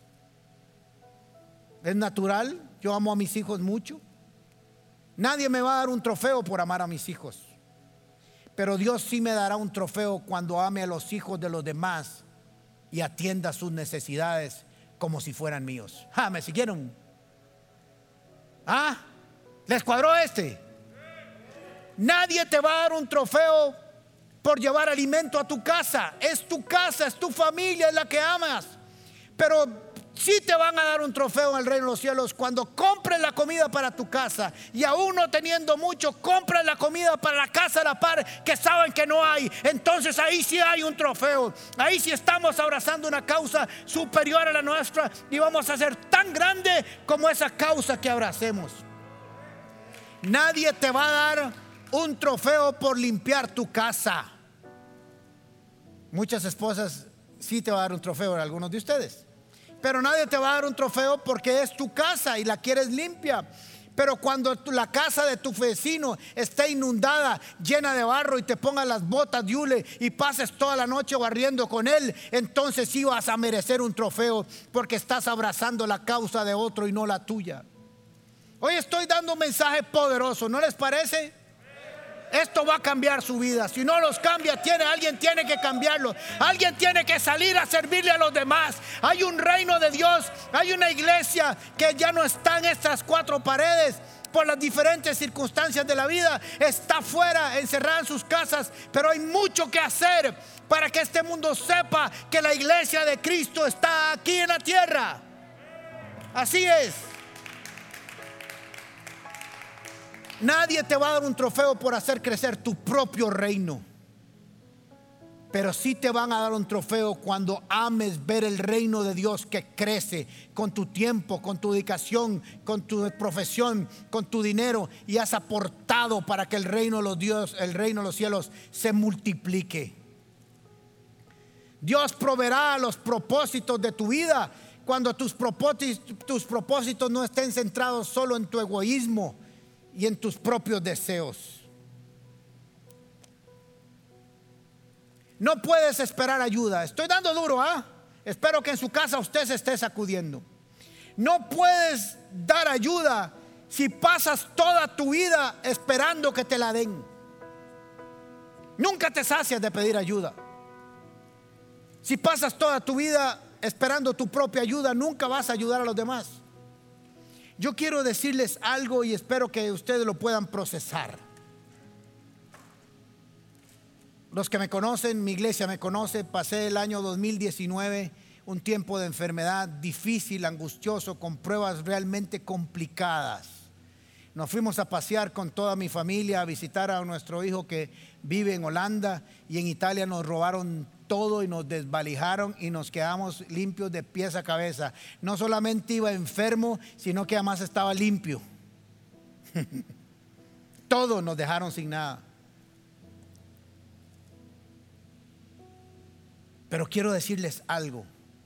Es natural. Yo amo a mis hijos mucho. Nadie me va a dar un trofeo por amar a mis hijos. Pero Dios sí me dará un trofeo cuando ame a los hijos de los demás y atienda sus necesidades como si fueran míos. Ah, ¿me siguieron? Ah, ¿les cuadró este? Nadie te va a dar un trofeo por llevar alimento a tu casa. Es tu casa, es tu familia, es la que amas. Pero sí te van a dar un trofeo en el reino de los cielos cuando compres la comida para tu casa, y aún no teniendo mucho, compras la comida para la casa a la par que saben que no hay. Entonces ahí sí hay un trofeo. Ahí sí estamos abrazando una causa superior a la nuestra, y vamos a ser tan grande como esa causa que abracemos. Nadie te va a dar un trofeo por limpiar tu casa. Muchas esposas sí te va a dar un trofeo a algunos de ustedes, pero nadie te va a dar un trofeo porque es tu casa y la quieres limpia. Pero cuando la casa de tu vecino esté inundada, llena de barro, y te pongas las botas de hule y pases toda la noche barriendo con él, entonces sí vas a merecer un trofeo, porque estás abrazando la causa de otro y no la tuya. Hoy estoy dando un mensaje poderoso, ¿no les parece? Esto va a cambiar su vida. Si no los cambia, tiene, alguien tiene que cambiarlo. Alguien tiene que salir a servirle a los demás. Hay un reino de Dios, hay una iglesia que ya no está en estas cuatro paredes por las diferentes circunstancias de la vida. Está afuera, encerrada en sus casas, pero hay mucho que hacer para que este mundo sepa que la iglesia de Cristo está aquí en la tierra. Así es. Nadie te va a dar un trofeo por hacer crecer tu propio reino, pero sí te van a dar un trofeo cuando ames ver el reino de Dios que crece con tu tiempo, con tu dedicación, con tu profesión, con tu dinero, y has aportado para que el reino de los Dios, el reino de los cielos se multiplique. Dios proveerá los propósitos de tu vida cuando tus propósitos, tus propósitos no estén centrados solo en tu egoísmo y en tus propios deseos. No puedes esperar ayuda. Estoy dando duro, ¿ah? Espero que en su casa usted se esté sacudiendo. No puedes dar ayuda si pasas toda tu vida esperando que te la den. Nunca te sacias de pedir ayuda. Si pasas toda tu vida esperando tu propia ayuda, nunca vas a ayudar a los demás. Yo quiero decirles algo y espero que ustedes lo puedan procesar. Los que me conocen, mi iglesia me conoce, pasé el año dos mil diecinueve, un tiempo de enfermedad difícil, angustioso, con pruebas realmente complicadas. Nos fuimos a pasear con toda mi familia a visitar a nuestro hijo que vive en Holanda, y en Italia nos robaron todo y nos desvalijaron y nos quedamos limpios de pies a cabeza. No solamente iba enfermo, sino que además estaba limpio. Todo nos dejaron sin nada. Pero quiero decirles algo,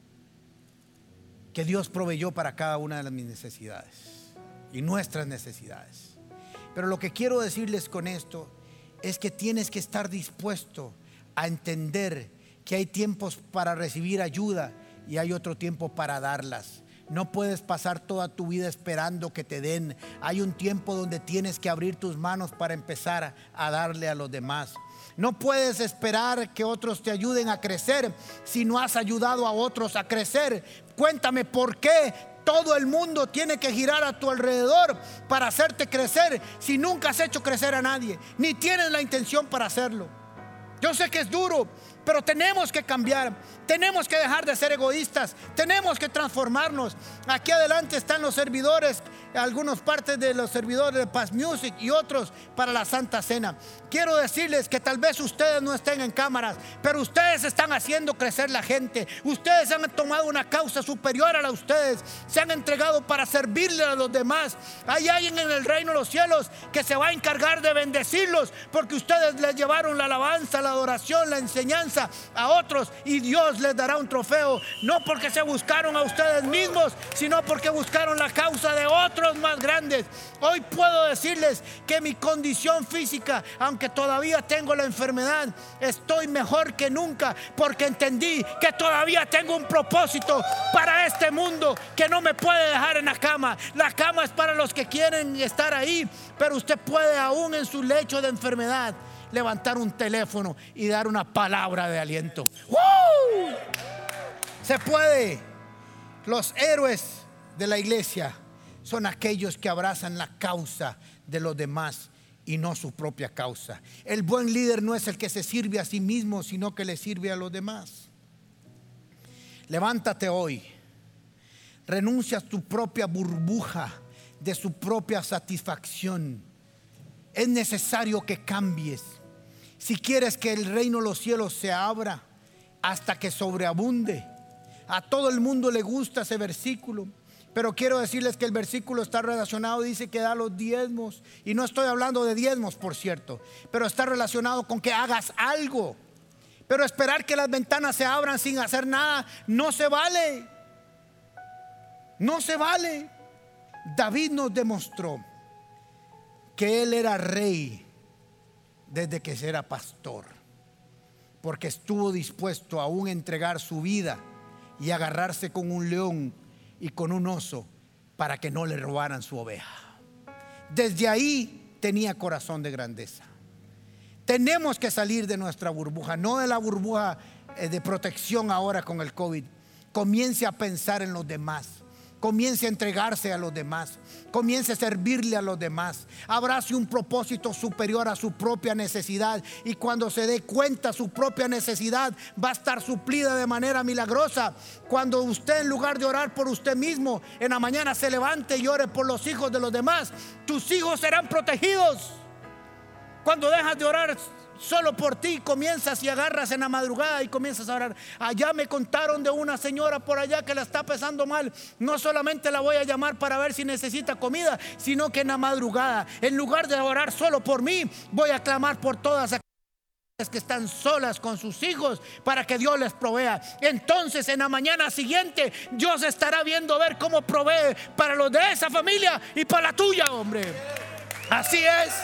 que Dios proveyó para cada una de mis necesidades y nuestras necesidades. Pero lo que quiero decirles con esto es que tienes que estar dispuesto a entender que hay tiempos para recibir ayuda y hay otro tiempo para darlas. No puedes pasar toda tu vida esperando que te den. Hay un tiempo donde tienes que abrir tus manos para empezar a darle a los demás. No puedes esperar que otros te ayuden a crecer si no has ayudado a otros a crecer. Cuéntame por qué todo el mundo tiene que girar a tu alrededor para hacerte crecer si nunca has hecho crecer a nadie, ni tienes la intención para hacerlo. Yo sé que es duro, pero tenemos que cambiar. Tenemos que dejar de ser egoístas. Tenemos que transformarnos. Aquí adelante están los servidores, algunas partes de los servidores de Paz Music y otros para la Santa Cena. Quiero decirles que tal vez ustedes no estén en cámaras, pero ustedes están haciendo crecer la gente. Ustedes han tomado una causa superior a la de ustedes. Se han entregado para servirle a los demás. Hay alguien en el reino de los cielos que se va a encargar de bendecirlos, porque ustedes les llevaron la alabanza, la adoración, la enseñanza a otros, y Dios les dará un trofeo, no porque se buscaron a ustedes mismos, sino porque buscaron la causa de otros más grandes. Hoy puedo decirles que mi condición física, aunque todavía tengo la enfermedad, estoy mejor que nunca, porque entendí que todavía tengo un propósito para este mundo que no me puede dejar en la cama. La cama es para los que quieren estar ahí, pero usted puede, aún en su lecho de enfermedad, levantar un teléfono y dar una palabra de aliento. ¡Woo! Se puede. Los héroes de la iglesia son aquellos que abrazan la causa de los demás y no su propia causa. El buen líder no es el que se sirve a sí mismo, sino que le sirve a los demás. Levántate hoy. Renuncia a tu propia burbuja de su propia satisfacción. Es necesario que cambies. Si quieres que el reino de los cielos se abra hasta que sobreabunde. A todo el mundo le gusta ese versículo, pero quiero decirles que el versículo está relacionado, dice que da los diezmos. Y no estoy hablando de diezmos, por cierto, pero está relacionado con que hagas algo. Pero esperar que las ventanas se abran sin hacer nada no se vale. No se vale. David nos demostró que él era rey desde que era pastor, porque estuvo dispuesto a aún entregar su vida y agarrarse con un león y con un oso para que no le robaran su oveja. Desde ahí tenía corazón de grandeza. Tenemos que salir de nuestra burbuja, no de la burbuja de protección ahora con el COVID. Comience a pensar en los demás. Comience a entregarse a los demás. Comience a servirle a los demás. Abrace un propósito superior a su propia necesidad. Y cuando se dé cuenta su propia necesidad va a estar suplida de manera milagrosa. Cuando usted, en lugar de orar por usted mismo, en la mañana se levante y ore por los hijos de los demás, tus hijos serán protegidos. Cuando dejas de orar solo por ti, comienzas y agarras en la madrugada y comienzas a orar. Allá me contaron de una señora por allá que la está pasando mal. No solamente la voy a llamar para ver si necesita comida, sino que en la madrugada, en lugar de orar solo por mí, voy a clamar por todas aquellas que están solas con sus hijos para que Dios les provea. Entonces en la mañana siguiente Dios estará viendo ver cómo provee para los de esa familia y para la tuya, hombre. Así es.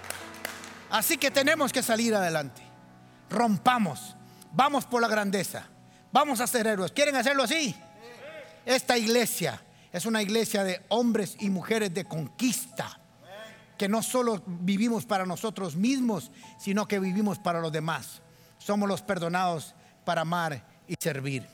Así que tenemos que salir adelante. Rompamos. Vamos por la grandeza. Vamos a ser héroes. ¿Quieren hacerlo así? Esta iglesia es una iglesia de hombres y mujeres de conquista, que no solo vivimos para nosotros mismos, sino que vivimos para los demás. Somos los perdonados para amar y servir.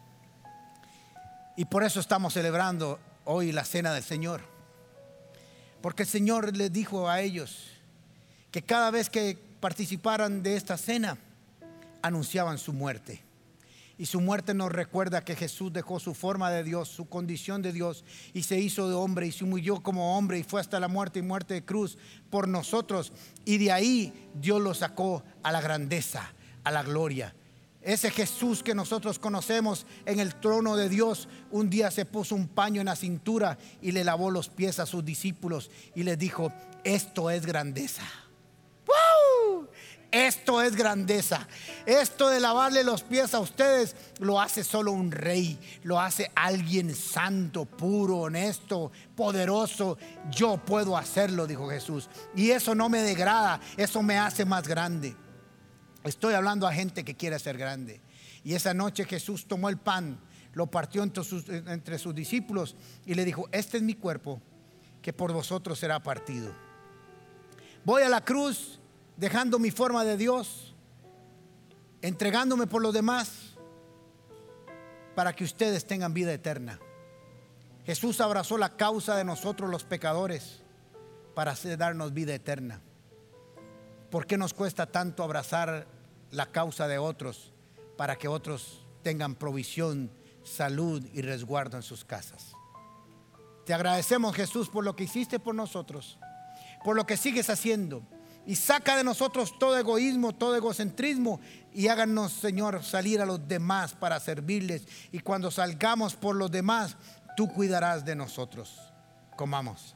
Y por eso estamos celebrando hoy la cena del Señor. Porque el Señor les dijo a ellos que cada vez que participaran de esta cena, anunciaban su muerte. Y su muerte nos recuerda que Jesús dejó su forma de Dios, su condición de Dios, y se hizo de hombre y se humilló como hombre y fue hasta la muerte y muerte de cruz por nosotros. Y de ahí Dios lo sacó a la grandeza, a la gloria. Ese Jesús que nosotros conocemos en el trono de Dios, un día se puso un paño en la cintura y le lavó los pies a sus discípulos y les dijo: esto es grandeza. ¡Woo! Esto es grandeza. Esto de lavarle los pies a ustedes lo hace solo un rey, lo hace alguien santo, puro, honesto, poderoso. Yo puedo hacerlo, dijo Jesús, y eso no me degrada, eso me hace más grande. Estoy hablando a gente que quiere ser grande. Y esa noche Jesús tomó el pan, lo partió entre sus, entre sus discípulos y le dijo: este es mi cuerpo que por vosotros será partido. Voy a la cruz dejando mi forma de Dios, entregándome por los demás para que ustedes tengan vida eterna. Jesús abrazó la causa de nosotros los pecadores para hacer, darnos vida eterna. ¿Por qué nos cuesta tanto abrazar la causa de otros para que otros tengan provisión, salud y resguardo en sus casas? Te agradecemos, Jesús, por lo que hiciste por nosotros, por lo que sigues haciendo, y saca de nosotros todo egoísmo, todo egocentrismo, y háganos, Señor, salir a los demás para servirles, y cuando salgamos por los demás, tú cuidarás de nosotros. Comamos.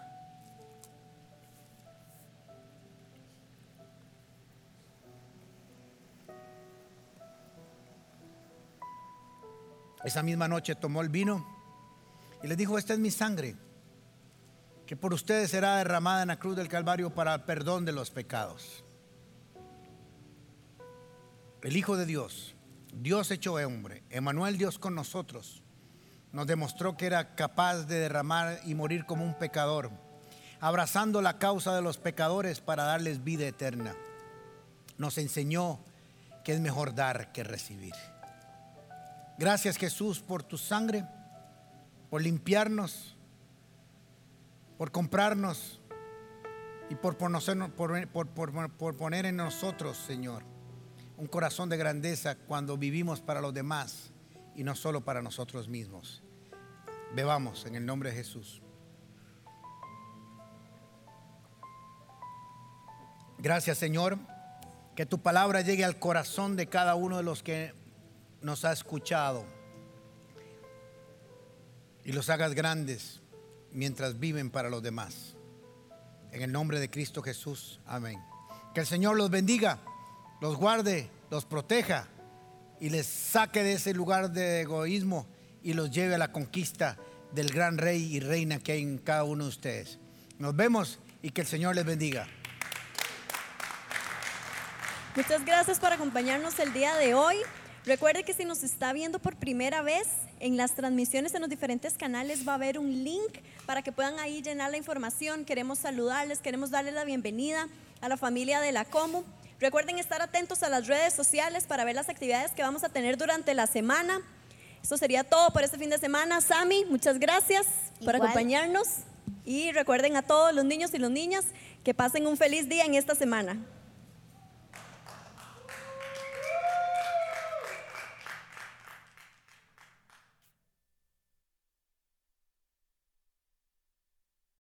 Esa misma noche tomó el vino y les dijo: esta es mi sangre, que por ustedes será derramada en la cruz del Calvario para el perdón de los pecados. El Hijo de Dios, Dios hecho hombre, Emmanuel, Dios con nosotros, nos demostró que era capaz de derramar y morir como un pecador, abrazando la causa de los pecadores para darles vida eterna. Nos enseñó que es mejor dar que recibir. Gracias, Jesús, por tu sangre, por limpiarnos, por comprarnos y por, por, por, por, por poner en nosotros, Señor, un corazón de grandeza cuando vivimos para los demás y no solo para nosotros mismos. Bebamos en el nombre de Jesús. Gracias, Señor, que tu palabra llegue al corazón de cada uno de los que nos ha escuchado, y los hagas grandes mientras viven para los demás. En el nombre de Cristo Jesús, amén. Que el Señor los bendiga, los guarde, los proteja y les saque de ese lugar de egoísmo y los lleve a la conquista del gran rey y reina que hay en cada uno de ustedes. Nos vemos y que el Señor les bendiga. Muchas gracias por acompañarnos el día de hoy. Recuerde que si nos está viendo por primera vez, en las transmisiones en los diferentes canales va a haber un link para que puedan ahí llenar la información. Queremos saludarles, queremos darles la bienvenida a la familia de la Comu. Recuerden estar atentos a las redes sociales para ver las actividades que vamos a tener durante la semana. Esto sería todo por este fin de semana. Sammy, muchas gracias por Igual. acompañarnos. Y recuerden a todos los niños y las niñas que pasen un feliz día en esta semana.